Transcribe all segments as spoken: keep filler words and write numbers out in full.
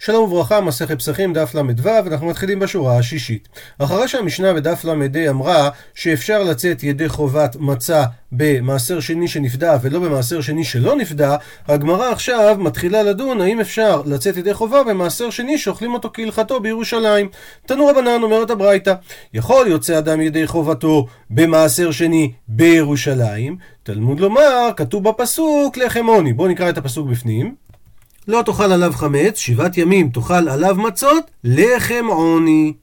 שלום וברכה, מסכת פסחים דף למד ו', אנחנו מתחילים בשורה השישית. אחרי שהמשנה בדף למד אמרה שאפשר לצאת ידי חובת מצה במעשר שני שנפדה ולא במעשר שני שלא נפדה, הגמרא עכשיו מתחילה לדון האם אפשר לצאת ידי חובה במעשר שני שאוכלים אותו כהלכתו בירושלים. תנו רבנן, אומרת הברייתא, יכול יוצא אדם ידי חובתו במעשר שני בירושלים. תלמוד לומר, כתוב בפסוק לחם עוני. בואו נקרא את הפסוק בפנים. לא תאכל עליו חמץ, שבעת ימים תאכל עליו מצות, לחם עוני.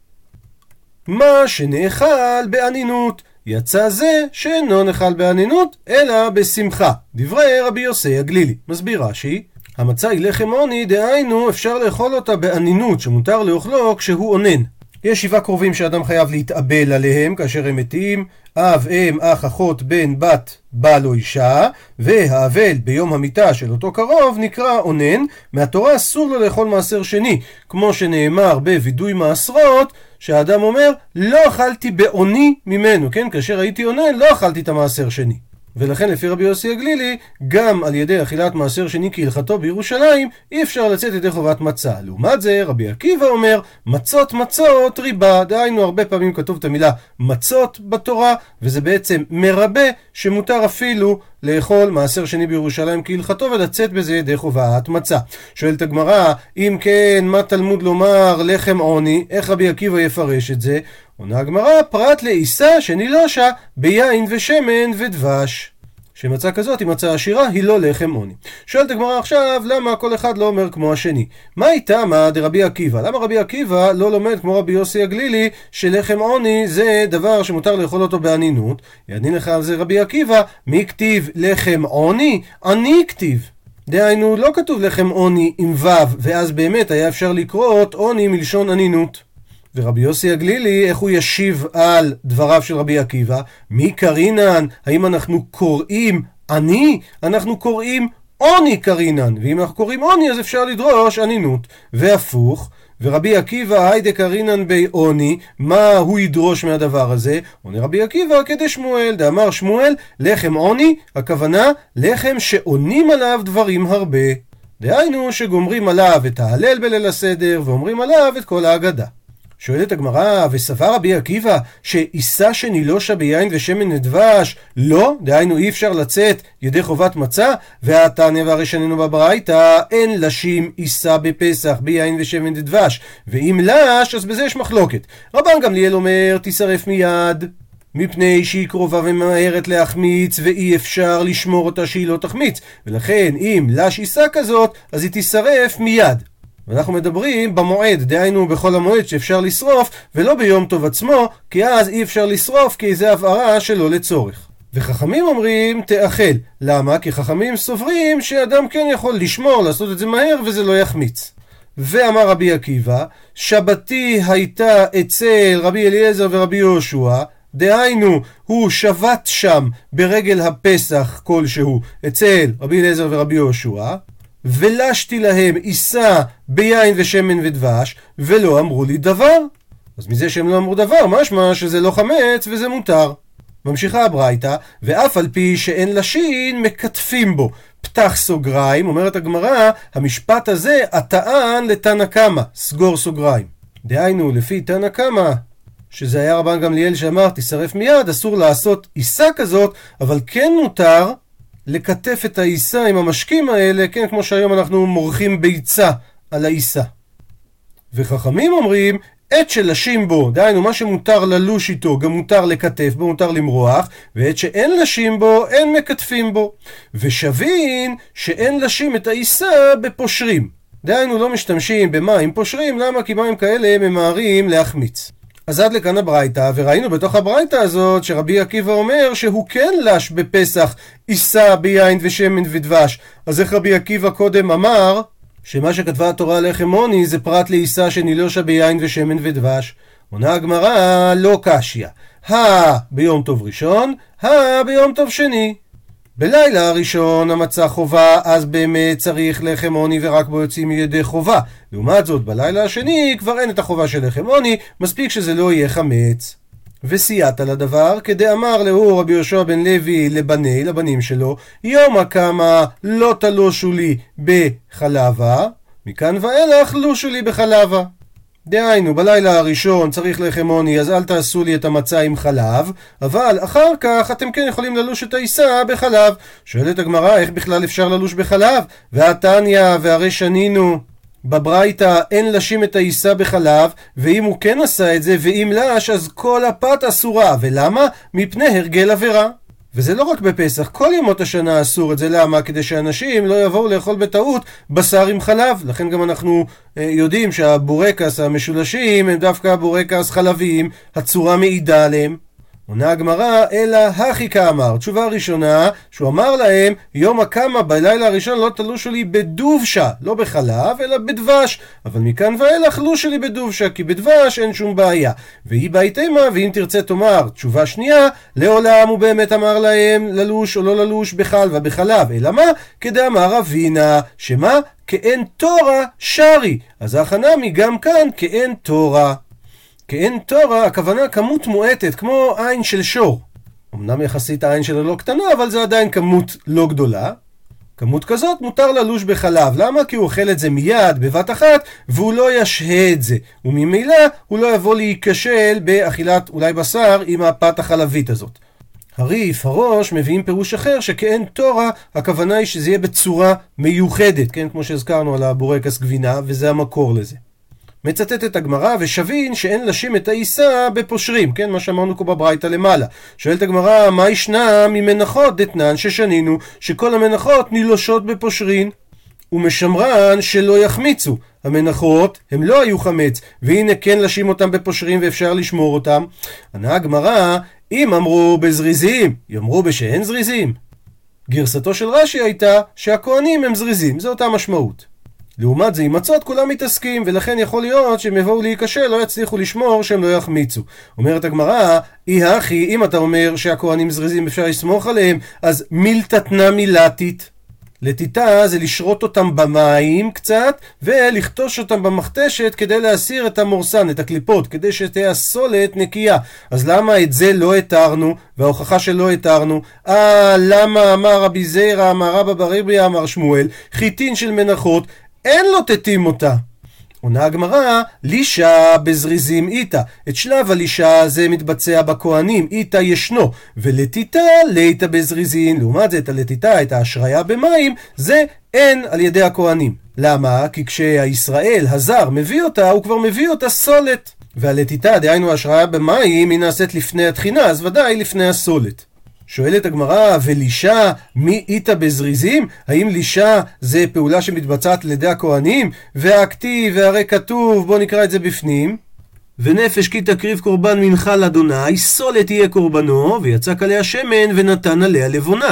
מה שנאכל בענינות, יצא זה שאינו נאכל בענינות, אלא בשמחה. דברי רבי יוסי הגלילי. מסביר רש"י, המצה היא לחם עוני, דהיינו אפשר לאכול אותה בענינות, שמותר לאכלו כשהוא אונן. יש שבעה קרובים שאדם חייב להתאבל עליהם כאשר הם מתים, אב, אם, אח, אחות, בן, בת, בעל או אישה, והאבל ביום המיטה של אותו קרוב נקרא אונן. מהתורה אסור לו לאכול מעשר שני, כמו שנאמר בווידוי מעשרות, שהאדם אומר, לא אכלתי בעוני ממנו, כן? כאשר הייתי אונן, לא אכלתי את המעשר שני. ולכן לפי רבי יוסי הגלילי, גם על ידי אכילת מעשר שני כהלכתו בירושלים, אי אפשר לצאת ידי חובת מצה. לעומת זה, רבי עקיבא אומר, מצות מצות ריבה. דהיינו, הרבה פעמים כתוב את המילה מצות בתורה, וזה בעצם מרבה שמותר אפילו לאכול מעשר שני בירושלים כהלכתו ולצאת בזה ידי חובת מצה. שואלת הגמרא, אם כן, מה תלמוד לומר לחם עוני? איך רבי עקיבא יפרש את זה? עונה הגמרא, פרט לעיסה שנילושה ביין ושמן ודבש. שמצה כזאת היא מצה עשירה, היא לא לחם עוני. שואלת הגמרא עכשיו, למה כל אחד לא אומר כמו השני? מה איתה מה דרבי עקיבא? למה רבי עקיבא לא לומד כמו רבי יוסי הגלילי שלחם עוני זה דבר שמותר לאכול אותו בענינות? יענין לך על זה רבי עקיבא, מי כתיב לחם עוני? אני כתיב. דהיינו, לא כתוב לחם עוני עם ו', ואז באמת היה אפשר לקרות עוני מלשון ענינות. ורבי יוסי הגלילי, איך הוא ישיב על דבריו של רבי עקיבא? מי קרינן? האם אנחנו קוראים אני? אנחנו קוראים עוני קרינן, ואם אנחנו קוראים עוני אז אפשר לדרוש ענינות. והפוך, ורבי עקיבא היידה קרינן בי עוני, מה הוא ידרוש מהדבר הזה? עונה רבי עקיבא כדי שמואל, דאמר שמואל לחם עוני, הכוונה לחם שעונים עליו דברים הרבה. דהיינו שגומרים עליו את ההלל בליל הסדר ואומרים עליו את כל ההגדה. שואלת הגמרא, וסבר רבי עקיבא שעיסה שנילושה ביין ושמן ודבש לא? דהיינו אי אפשר לצאת ידי חובת מצה? והתניא והראשונים בברייתא, אין לשים עיסה בפסח ביין ושמן ודבש, ואם לש אז בזה יש מחלוקת. רבן גמליאל אומר תישרף מיד, מפני שהיא קרובה ומהרת להחמיץ ואי אפשר לשמור אותה שהיא לא תחמיץ, ולכן אם לש עיסה כזאת אז היא תישרף מיד. ואנחנו מדברים במועד, דהיינו בכל המועד שאפשר לשרוף, ולא ביום טוב עצמו, כי אז אי אפשר לשרוף, כי זה הבערה שלא לצורך. וחכמים אומרים תאכל. למה? כי חכמים סוברים שאדם כן יכול לשמור, לעשות את זה מהר, וזה לא יחמיץ. ואמר רבי עקיבא, שבתי הייתה אצל רבי אליעזר ורבי יהושע, דהיינו הוא שבת שם ברגל הפסח כלשהו אצל רבי אליעזר ורבי יהושע, ולשתי להם עיסה ביין ושמן ודבש ולא אמרו לי דבר. אז מזה שהם לא אמרו דבר משמע שזה לא חמץ וזה מותר. ממשיכה הברייתא, ואף על פי שאין לשין מקטפים בו. פתח סוגריים, אומרת הגמרא, המשפט הזה הטען לתנא קמא, סגור סוגריים. דהיינו לפי תנא קמא, שזה היה רבן גמליאל שאמר תישרף מיד, אסור לעשות עיסה כזאת, אבל כן מותר לקטף את העיסה עם המשקים האלה, כן, כמו שהיום אנחנו מורחים ביצה על העיסה. וחכמים אומרים, עת שלשים בו, דהיינו מה שמותר ללוש איתו, גם מותר לקטף בו, מותר למרוח, ועת שאין לשים בו, אין מקטפים בו. ושבין שאין לשים את העיסה בפושרים. דהיינו לא משתמשים במים פושרים, למה? כי מים כאלה ממהרים להחמיץ. אז עד לכאן הברייתא, וראינו בתוך הברייתא הזאת שרבי עקיבא אומר שהוא כן לש בפסח עיסה ביין ושמן ודבש. אז איך רבי עקיבא קודם אמר שמה שכתבה התורה לחם עוני זה פרט לעיסה שנילושה ביין ושמן ודבש? עונה הגמרא, לא קשיא. הא ביום טוב ראשון, הא ביום טוב שני. בלילה הראשון המצה חובה, אז באמת צריך לחם עוני ורק בו יוצאים מידי חובה. לעומת זאת, בלילה השני כבר אין את החובה של לחם עוני, מספיק שזה לא יהיה חמץ. וסייעת לדבר, כדי אמר לאור רבי יהושע בן לוי לבני, לבנים שלו, יום הקמה לא תלושו לי בחלבה, מכאן ואילך לושו לי בחלבה. דהיינו, בלילה הראשון צריך לחם עוני, אז אל תעשו לי את המצה עם חלב, אבל אחר כך אתם כן יכולים ללוש את העיסה בחלב. שואלת הגמרא, איך בכלל אפשר ללוש בחלב? והתניא, והרי שנינו בברייתא אין לשים את העיסה בחלב, ואם הוא כן עשה את זה ואם לש, אז כל הפת אסורה. ולמה? מפני הרגל עבירה. וזה לא רק בפסח, כל ימות השנה אסור את זה. למה? כדי שאנשים לא יבואו לאכול בטעות בשר עם חלב. לכן גם אנחנו אה, יודעים שהבורקס המשולשים הם דווקא בורקס חלביים, הצורה מעידה עליהם. עונה הגמרא, אלא הכי כאמר. תשובה ראשונה, שהוא אמר להם, יום הקמה בלילה הראשון לא תלושו לי בדובשה, לא בחלב, אלא בדבש. אבל מכאן ואילך לושו לי בדובשה, כי בדבש אין שום בעיה. והיא בהתאמה, ואם תרצה תאמר, תשובה שנייה, לעולם הוא באמת אמר להם ללוש או לא ללוש בחלבה בחלב. אלא מה? כדאמר אבינה, שמה? כאין תורה שרי. אז החנמי גם כאן כאין תורה. כאין תורה, הכוונה כמות מועטת, כמו עין של שור. אמנם יחסית העין שלו לא קטנה, אבל זה עדיין כמות לא גדולה. כמות כזאת מותר ללוש בחלב. למה? כי הוא אוכל את זה מיד, בבת אחת, והוא לא ישהה את זה. וממילא הוא לא יבוא להיכשל באכילת אולי בשר עם הפת החלבית הזאת. הריף, הראש, מביאים פירוש אחר שכאין תורה, הכוונה היא שזה יהיה בצורה מיוחדת, כן? כמו שהזכרנו על הבורקס גבינה, וזה המקור לזה. מצטטת הגמרא, ושבין שאין לשים את העיסה בפושרים, כן, מה שאמרנו פה בברייתא למעלה. שואלת הגמרא, מה ישנה ממנחות דתנן ששנינו שכל המנחות נילושות בפושרין ומשמרן שלא יחמיצו. המנחות הם לא היו חמץ, והנה כן לשים אותם בפושרים ואפשר לשמור אותם. ענה הגמרא, אם אמרו בזריזים, יאמרו בשאין זריזים. גרסתו של רש"י הייתה שהכהנים הם זריזים, זו אותה משמעות. לעומת זה עם מצות כולם מתעסקים, ולכן יכול להיות שהם יבואו להיכשל, לא יצליחו לשמור שהם לא יחמיצו. אומרת הגמרא, אי הכי, אם אתה אומר שהכהנים זריזים אפשר לסמוך עליהם, אז מילתתנה מילתית. לטיטה זה לשרות אותם במים קצת, ולכתוש אותם במכתשת כדי להסיר את המורסן, את הקליפות, כדי שתהיה הסולת נקייה. אז למה את זה לא התרנו, וההוכחה שלא התרנו? אה, למה אמר רבי זירא, אמר רבא בר אביה, אמר שמואל, חיטין של מנחות, אין לו תתים אותה. עונה הגמרא, לישה בזריזים איתה. את שלב הלישה זה מתבצע בכהנים, איתה ישנו, ולטיטה ליתה בזריזין. לעומת זה את הלטיטה, את ההשריה במים, זה אין על ידי הכהנים. למה? כי כשהישראל הזר מביא אותה, הוא כבר מביא אותה סולת. והלטיטה, דהיינו ההשריה במים, היא נעשית לפני התחינה, אז ודאי לפני הסולת. שואלת הגמרא, ולישה מי איתה בזריזים? האם לישה זה פעולה שמתבצעת על ידי הכהנים? והכתיב והרי כתוב, בוא נקרא את זה בפנים, ונפש כי תקריב קורבן מנחה לאדוני, סולת תהיה קורבנו, ויצק עליה שמן ונתן עליה לבונה.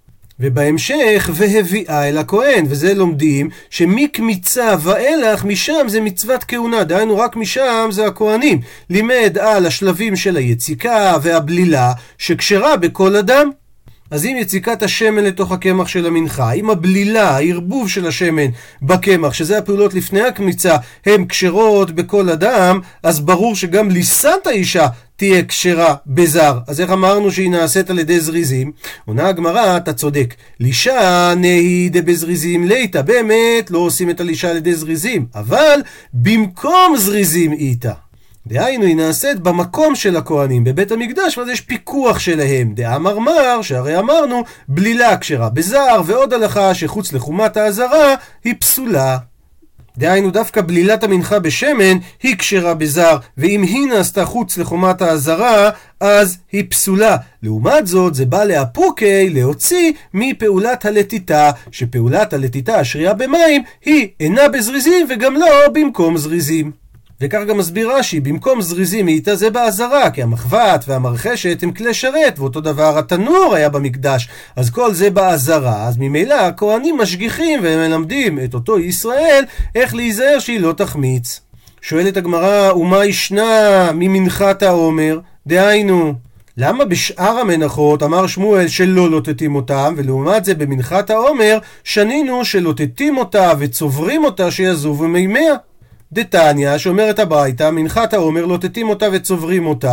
ובהמשך, והביאה אל הכהן, וזה לומדים שמקמיצה ואילך, משם זה מצוות כהונה, דהיינו רק משם זה הכהנים. לימד על השלבים של היציקה והבלילה, שקשרה בכל אדם. אז אם יציקת השמן לתוך הקמח של המנחה, אם הבלילה, הערבוב של השמן בקמח, שזה הפעולות לפני הקמיצה, הן קשרות בכל אדם, אז ברור שגם ליסת האישה תהיה קשרה בזר. אז איך אמרנו שהיא נעשית על ידי זריזים? עונה הגמרא, אתה צודק. לישה נהי דבזריזים ליתה, באמת לא עושים את הלישה על ידי זריזים, אבל במקום זריזים איתה. דהיינו היא נעשית במקום של הכהנים, בבית המקדש, ואז יש פיקוח שלהם. דאמר מר, שהרי אמרנו, בלילה קשרה בזר, ועוד הלכה שחוץ לחומת האזרה היא פסולה. דהיינו דווקא בלילת המנחה בשמן היא קשרה בזר, ואם היא נעשתה חוץ לחומת האזרה, אז היא פסולה. לעומת זאת, זה בא להפוקי, להוציא מפעולת הלטיטה, שפעולת הלטיטה השרייה במים היא אינה בזריזים וגם לא במקום זריזים. וכך גם מסביר רש"י, במקום זריזים איתה זה בעזרה, כי המחבת והמרחשת הם כלי שרת, ואותו דבר התנור היה במקדש, אז כל זה בעזרה. אז ממילא הכהנים משגיחים ומלמדים את אותו ישראל איך להיזהר שהיא לא תחמיץ. שואלת הגמרא, ומה ישנה ממנחת העומר? דהיינו, למה בשאר המנחות אמר שמואל שלא לוטטים אותם, ולעומת זה במנחת העומר שנינו שלוטטים אותה וצוברים אותה שיזובו מימיה? דתניא, שאומרת הברייתא, מנחת העומר לוטטים אותה וצוברים אותה,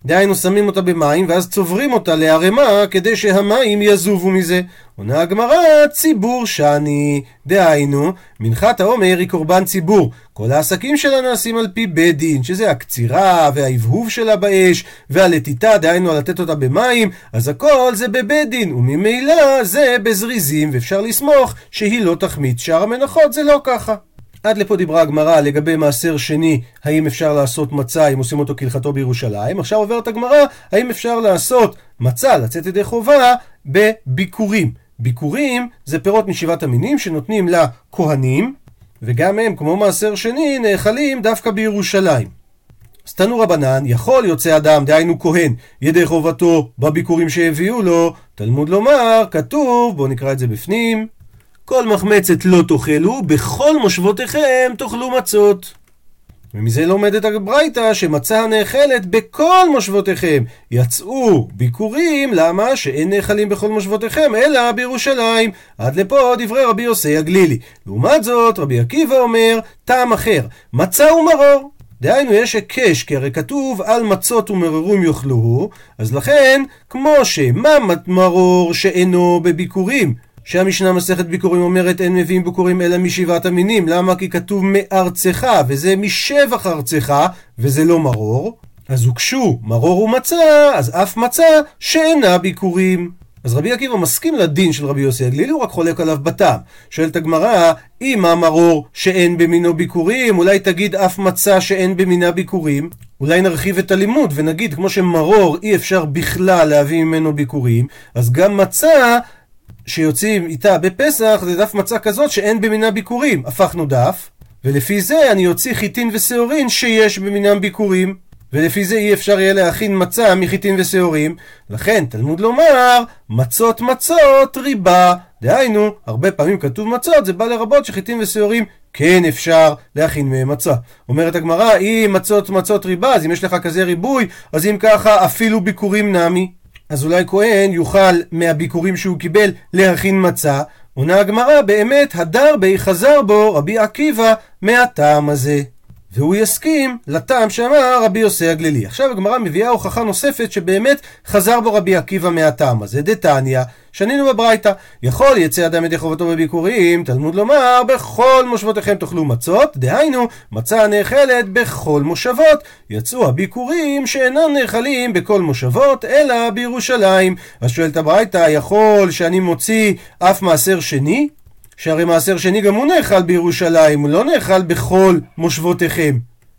דהיינו שמים אותה במים ואז צוברים אותה לערמה כדי שהמים יזובו מזה. עונה הגמרא, ציבור שני, דהיינו מנחת העומר היא קורבן ציבור, כל העסקים שלה נעשים על פי בית דין, שזה הקצירה וההבהוב שלה באש והלטיטה, דהיינו על לתת אותה במים, אז הכל זה בבית דין, וממילא זה בזריזים, ואפשר לסמוך שהיא לא תחמיץ. שאר המנחות זה לא ככה. עד לפה דיברה הגמרא לגבי מעשר שני, האם אפשר לעשות מצה אם עושים אותו כהלכתו בירושלים. עכשיו עוברת הגמרא, האם אפשר לעשות מצה, לצאת ידי חובה, בביקורים. ביקורים זה פירות משבעת המינים שנותנים לכהנים, וגם הם, כמו מעשר שני, נאכלים דווקא בירושלים. אז תנו רבנן, יכול יוצא אדם, דהיינו כהן, ידי חובתו בביקורים שהביאו לו. תלמוד לומר, כתוב, בואו נקרא את זה בפנים, כל מחמצת לא תאכלו, בכל מושבותיכם תאכלו מצות. ומזה לומדת הברייתא שמצה נאכלת בכל מושבותיכם. יצאו ביקורים, למה? שאין נאכלים בכל מושבותיכם אלא בירושלים. עד לפה דברי רבי יוסי הגלילי. לעומת זאת רבי עקיבא אומר טעם אחר, מצה ומרור. דהיינו יש הקש, כי הרי כתוב על מצות ומררים יאכלוהו, אז לכן כמו שמה מרור שאינו בביקורים, שהמשנה מסכת ביקורים אומרת אין מביאים ביקורים אלא משבעת המינים. למה? כי כתוב מארצך, וזה משבח ארצך, וזה לא מרור. אז הוקשו מרור ומצה, אז אף מצה שאינה ביקורים. אז רבי עקיבא מסכים לדין של רבי יוסי הגלילי, הוא רק חולק עליו בטעם. שואלת הגמרא, אם המרור שאין במינו ביקורים, אולי תגיד אף מצה שאין במינה ביקורים? אולי נרחיב את הלימוד ונגיד כמו שמרור אי אפשר בכלל להביא ממנו ביקורים, אז גם מצה שיוצאים איתה בפסח זה דף מצה כזאת שאין במינה ביקורים. הפכנו דף, ולפי זה אני יוציא חיטין ושעורין שיש במינם ביקורים, ולפי זה אי אפשר יהיה להכין מצה מחיטין ושעורים. לכן תלמוד לומר מצות מצות ריבה, דהיינו הרבה פעמים כתוב מצות, זה בא לרבות שחיטין ושעורים כן אפשר להכין מהם מצה. אומרת הגמרא, אם מצות מצות ריבה, אז אם יש לך כזה ריבוי, אז אם ככה אפילו ביקורים נמי, אז אולי כהן יוכל מהביקורים שהוא קיבל להכין מצה. עונה הגמרא, באמת הדר בי חזר בו רבי עקיבא מהטעם הזה, והוא יסכים לטעם שאמר רבי יוסי הגלילי. עכשיו הגמרא מביאה הוכחה נוספת שבאמת חזר בו רבי עקיבא מהטעם הזה. דתניא, שנינו בברייתא, יכול יצא אדם ידי חובתו בביקורים, תלמוד לומר בכל מושבותיכם תאכלו מצות, דהיינו מצה נאכלת בכל מושבות. יצאו הביקורים שאינם נאכלים בכל מושבות אלא בירושלים. אז שואלת הברייתא, יכול שאני מוציא אף מעשר שני? שהרי מעשר שני גם הוא נאכל בירושלים, הוא לא נאכל בכל מושבותיכם.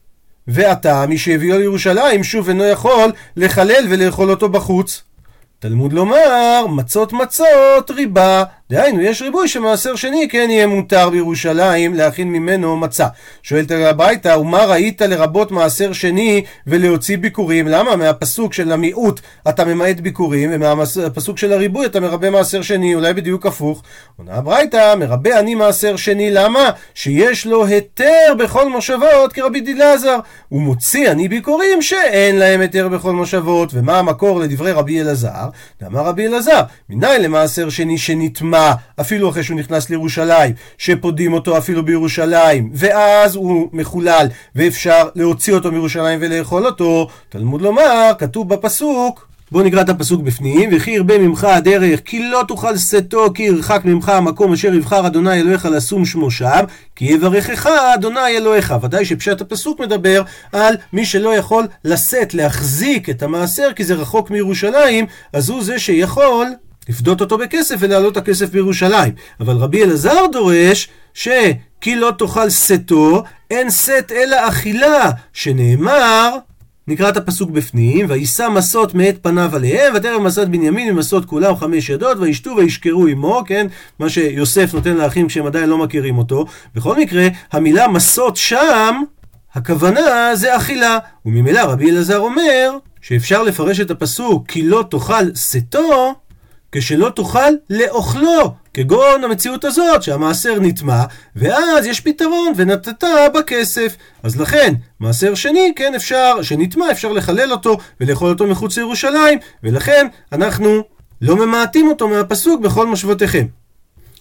ועתה מי שהביאו לירושלים שוב אינו יכול לחלל ולאכול אותו בחוץ. תלמוד לומר מצות מצות ריבה, דהיינו יש ריבוי שמעשר שני כן יהיה מותר בירושלים להכין ממנו מצה. שואלת הברייתא, ומה ראית לרבות מעשר שני ולהוציא ביקורים? למה? מהפסוק של המיעוט אתה ממעט ביקורים, ומהפסוק של הריבוי אתה מרבה מעשר שני. אולי בדיוק הפוך. עונה הברייתא, מרבה אני מעשר שני, למה? שיש לו היתר בכל מושבות כרבי אלעזר, הוא מוציא אני ביקורים שאין להם היתר בכל מושבות. ומה המקור לדברי רבי אלעזר? דאמר רבי אלעזר, מניין למעשר שני שנטמע אפילו אחרי שהוא נכנס לירושלים, שפודים אותו אפילו בירושלים, ואז הוא מחולל ואפשר להוציא אותו מירושלים ולאכול אותו. תלמוד לומר, כתוב בפסוק, בואו נקרא את הפסוק בפנים, וכי ירבה ממך הדרך כי לא תוכל שאתו, כי ירחק ממך המקום אשר יבחר אדוני אלוהיך לשום שמו שם, כי יברכך אדוני אלוהיך. ודאי שפשט הפסוק מדבר על מי שלא יכול לשאת, להחזיק את המעשר כי זה רחוק מירושלים, אז הוא זה שיכול לפדות אותו בכסף ולהעלות הכסף בירושלים. אבל רבי אלעזר דורש שכי לא תאכל שאתו, אין שאת אלא אכילה, שנאמר, נקרא את הפסוק בפנים, וישא מסות מאת פניו עליהם, ותרב מסת בנימין ומסות כולם חמש ידות, וישתו וישכרו עמו, כן? מה שיוסף נותן לאחים כשהם עדיין לא מכירים אותו. בכל מקרה, המילה מסות שם, הכוונה זה אכילה. וממילא רבי אלעזר אומר שאפשר לפרש את הפסוק כי לא תאכל שאתו, כשלא תוכל לאוכלו, כגון המציאות הזאת שהמעשר נטמע, ואז יש פתרון ונתת בכסף. אז לכן מעשר שני כן אפשר, שנטמע אפשר לחלל אותו ולאכול אותו מחוץ לירושלים, ולכן אנחנו לא ממעטים אותו מהפסוק בכל מושבותיכם.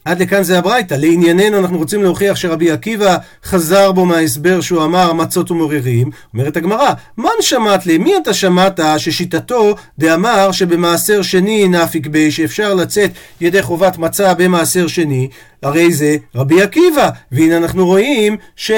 עד לכאן זה הברייתא. לענייננו אנחנו רוצים להוכיח שרבי עקיבא חזר בו מההסבר שהוא אמר מצות ומוררים. אומרת הגמרא, מן שמעת לי? מי אתה שמעת ששיטתו דאמר שבמעשר שני נפיק בי, שאפשר לצאת ידי חובת מצה במעשר שני? הרי זה רבי עקיבא, והנה אנחנו רואים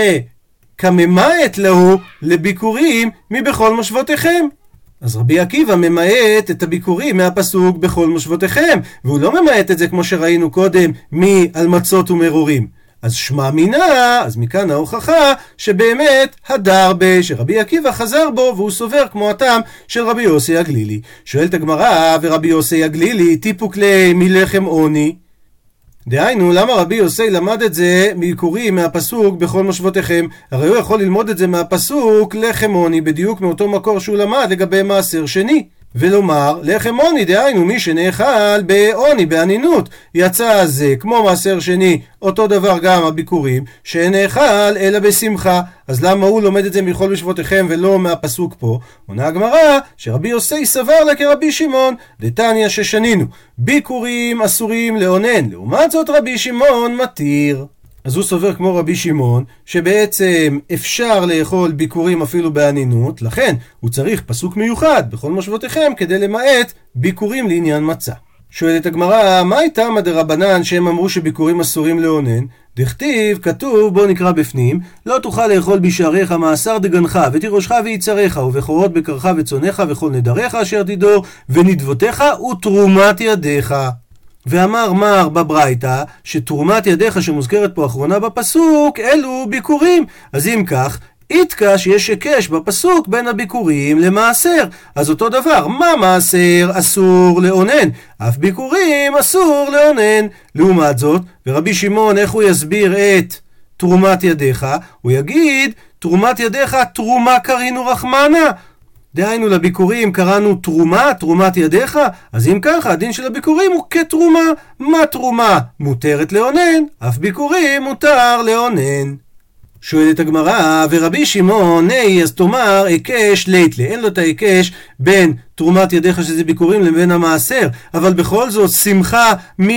שכממעט לו לביקורים מבכל מושבותיכם. אז רבי עקיבא ממעט את הביקורים מהפסוק בכל מושבותיכם, והוא לא ממעט את זה כמו שראינו קודם מעל מצות ומרורים. אז שמע מינה, אז מכאן ההוכחה שבאמת הדר ב, שרבי עקיבא חזר בו והוא סובר כמו הטעם של רבי יוסי הגלילי. שואלת הגמרא, ורבי יוסי הגלילי טיפוק מלחם עוני? דהיינו, למה רבי יוסי למד את זה מעיקורים מהפסוק בכל מושבותיכם? הרי הוא יכול ללמוד את זה מהפסוק לחם עוני, בדיוק מאותו מקור שהוא למד לגבי מעשר שני, ולומר לחם עוני, דהיינו מי שנאכל בעוני, בענינות, יצא זה כמו מעשר שני, אותו דבר גם הביקורים, שנאכל אלא בשמחה. אז למה הוא לומד את זה מכל מושבותיכם ולא מהפסוק פה? עונה הגמרא שרבי יוסי סבר לה כרבי שמעון, דתניא ששנינו ביקורים אסורים לאונן, לעומת זאת רבי שמעון מתיר. אז הוא סובר כמו רבי שמעון שבעצם אפשר לאכול ביקורים אפילו בענינות, לכן הוא צריך פסוק מיוחד בכל מושבותיכם כדי למעט ביקורים לעניין מצה. שואלת הגמרא, מה הייתה מדרבנן שהם אמרו שביקורים אסורים לאונן? דכתיב, כתוב, בוא נקרא בפנים, לא תוכל לאכול בשעריך מעשר דגנך ותירושך ויצריך ובכורות בקרך וצונך וכל נדריך אשר תדור ונדבותיך ותרומת ידיך. ואמר מר בברייתא שתרומת ידיך שמוזכרת פה אחרונה בפסוק אלו ביקורים. אז אם כך איתקה שיש היקש בפסוק בין הביקורים למעשר, אז אותו דבר, מה מעשר אסור לאונן? אף ביקורים אסור לאונן. לעומת זאת, ורבי שמעון איך הוא יסביר את תרומת ידיך? הוא יגיד תרומת ידיך תרומה קרינו רחמנה, דהיינו לביקורים קראנו תרומה, תרומת ידיך, אז אם ככה הדין של הביקורים הוא כתרומה. מה תרומה? מותרת לאונן, אף ביקורים מותר לאונן. שואלת הגמרא, ורבי שמעון נהי, אז תאמר היקש ליתלה, אין לו את ההיקש בין תרומת ידיך שזה ביקורים לבין המעשר, אבל בכל זאת שמחה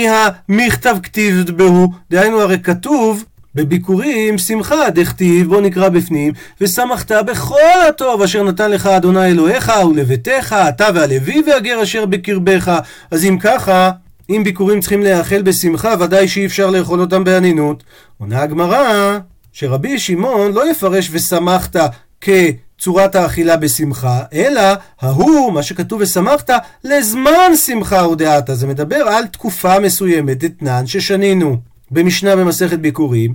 מהמכתב כתיב בהו, דהיינו הרי כתוב בביקורים שמחה, דכתיב, בוא נקרא בפנים, ושמחת בכל הטוב אשר נתן לך אדוני אלוהיך ולביתך, אתה והלוי והגר אשר בקרבך. אז אם ככה, אם ביקורים צריכים להאכל בשמחה, ודאי שאי אפשר לאכול אותם בענינות. עונה הגמרא שרבי שמעון לא יפרש ושמחת כצורת האכילה בשמחה, אלא ההוא, מה שכתוב ושמחת, לזמן שמחה ודעתה. זה מדבר על תקופה מסוימת, אתנן ששנינו במשנה במסכת ביקורים,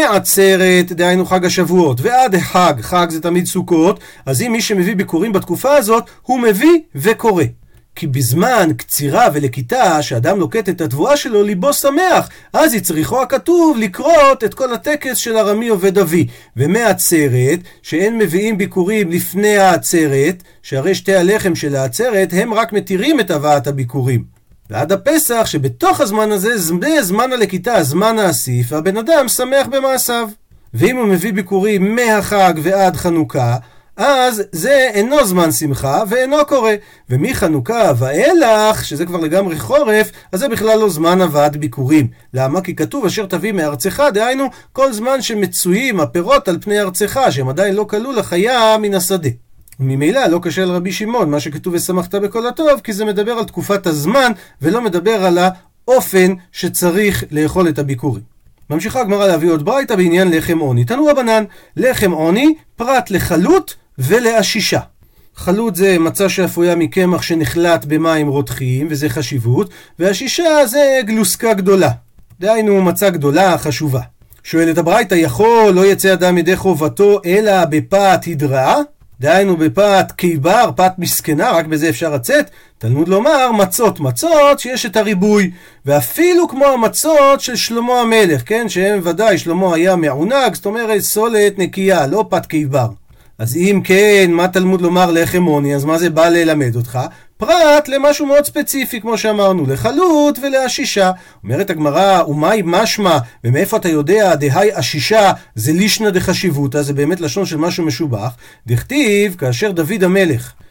מעצרת, דהיינו חג השבועות, ועד חג, חג זה תמיד סוכות, אז אם מי שמביא ביקורים בתקופה הזאת, הוא מביא וקורא. כי בזמן קצירה ולקיטה, שאדם לוקט את התבואה שלו, ליבו שמח, אז יצריכו הכתוב לקרות את כל הטקס של הרמי עובד אבי. ומעצרת, שאין מביאים ביקורים לפני העצרת, שהרי שתי הלחם של העצרת, הם רק מתירים את הבאת הביקורים. ועד הפסח, שבתוך הזמן הזה, זה זמן הלקיטה, זמן האסיף, והבן אדם שמח במעשיו. ואם הוא מביא ביקורים מהחג ועד חנוכה, אז זה אינו זמן שמחה ואינו קורא. ומחנוכה ואילך, שזה כבר לגמרי חורף, אז זה בכלל לא זמן הבאת ביקורים. למה? כי כתוב אשר תביא מארצך, דהיינו כל זמן שמצויים הפירות על פני ארצך, שהם עדיין לא כלו לחיה מן השדה. וממילא לא קשה לרבי שמעון מה שכתוב ושמחת בכל הטוב, כי זה מדבר על תקופת הזמן ולא מדבר על האופן שצריך לאכול את הביקורים. ממשיכה הגמרא להביא עוד ברייתא בעניין לחם עוני. תנו רבנן, לחם עוני פרט לחלוט ולאשישה. חלוט זה מצה שאפויה מקמח שנחלט במים רותחים, וזה חשיבות, והשישה זה גלוסקה גדולה, דהיינו מצה גדולה חשובה. שואלת הברייתא, יכול לא יצא אדם ידי חובתו אלא בפת הדרה? דהיינו בפת קיבר, פת מסכנה, רק בזה אפשר לצאת? תלמוד לומר מצות, מצות שיש את הריבוי, ואפילו כמו המצות של שלמה המלך, כן, שהם ודאי שלמה היה מעונג, זאת אומרת סולת נקייה, לא פת קיבר. אז אם כן, מה תלמוד לומר לחם עוני? אז מה זה בא ללמד אותך? פרט למשהו מאוד ספציפי, כמו שאמרנו, לחלוט ולאשישה. אומרת הגמרא, ומאי משמע, ומאיפה אתה יודע, דהי אשישה זה לישנא דחשיבותא, זה באמת לשון של משהו משובח. דכתיב, כאשר דוד המלך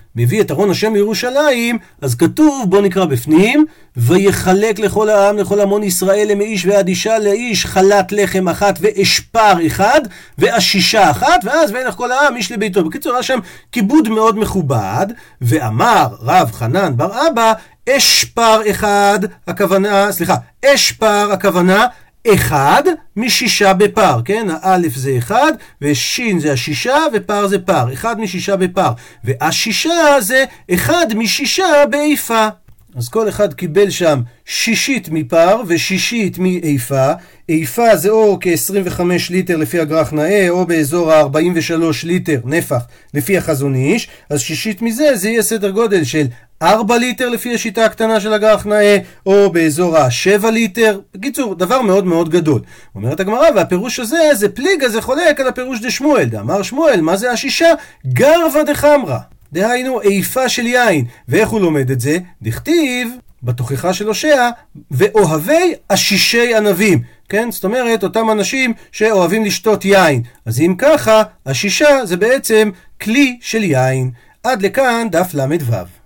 מביא את ארון השם לירושלים, אז כתוב, בוא נקרא בפנים, ויחלק לכל העם, לכל המון ישראל, למאיש ועד אישה, לאיש חלת לחם אחת ואשפר אחד, ואשישה אחת, ואז וילך כל העם איש לביתו. בקיצור, היה שם כיבוד מאוד מכובד, ואמר רב חנן בר אבא, אשפר אחד, הכוונה, סליחה, אשפר הכוונה, אחד משישה בפר, כן? האלף זה אחד, ושין זה השישה, ופר זה פר. אחד משישה בפר. והשישה זה אחד משישה באיפה. אז כל אחד קיבל שם שישית מפר ושישית מאיפה. איפה זה או כ-עשרים וחמישה ליטר לפי הגרח נאה, או באזור ה-ארבעים ושלושה ליטר נפח לפי החזון איש. אז שישית מזה זה יהיה סדר גודל של ארבע ליטר לפי השיטה הקטנה של הגרח נאה, או באזור ה-שבע ליטר. בקיצור, דבר מאוד מאוד גדול. אומרת הגמרא, והפירוש הזה, זה פליגה, זה חולק על הפירוש דשמואל. דאמר שמואל, מה זה השישה? גרבה דחמרה. דהיינו, איפה של יין. ואיך הוא לומד את זה? דכתיב, בתוכחה של הושע, ואוהבי השישי ענבים. כן? זאת אומרת, אותם אנשים שאוהבים לשתות יין. אז אם ככה, השישה זה בעצם כלי של יין. עד לכאן דף למד וו.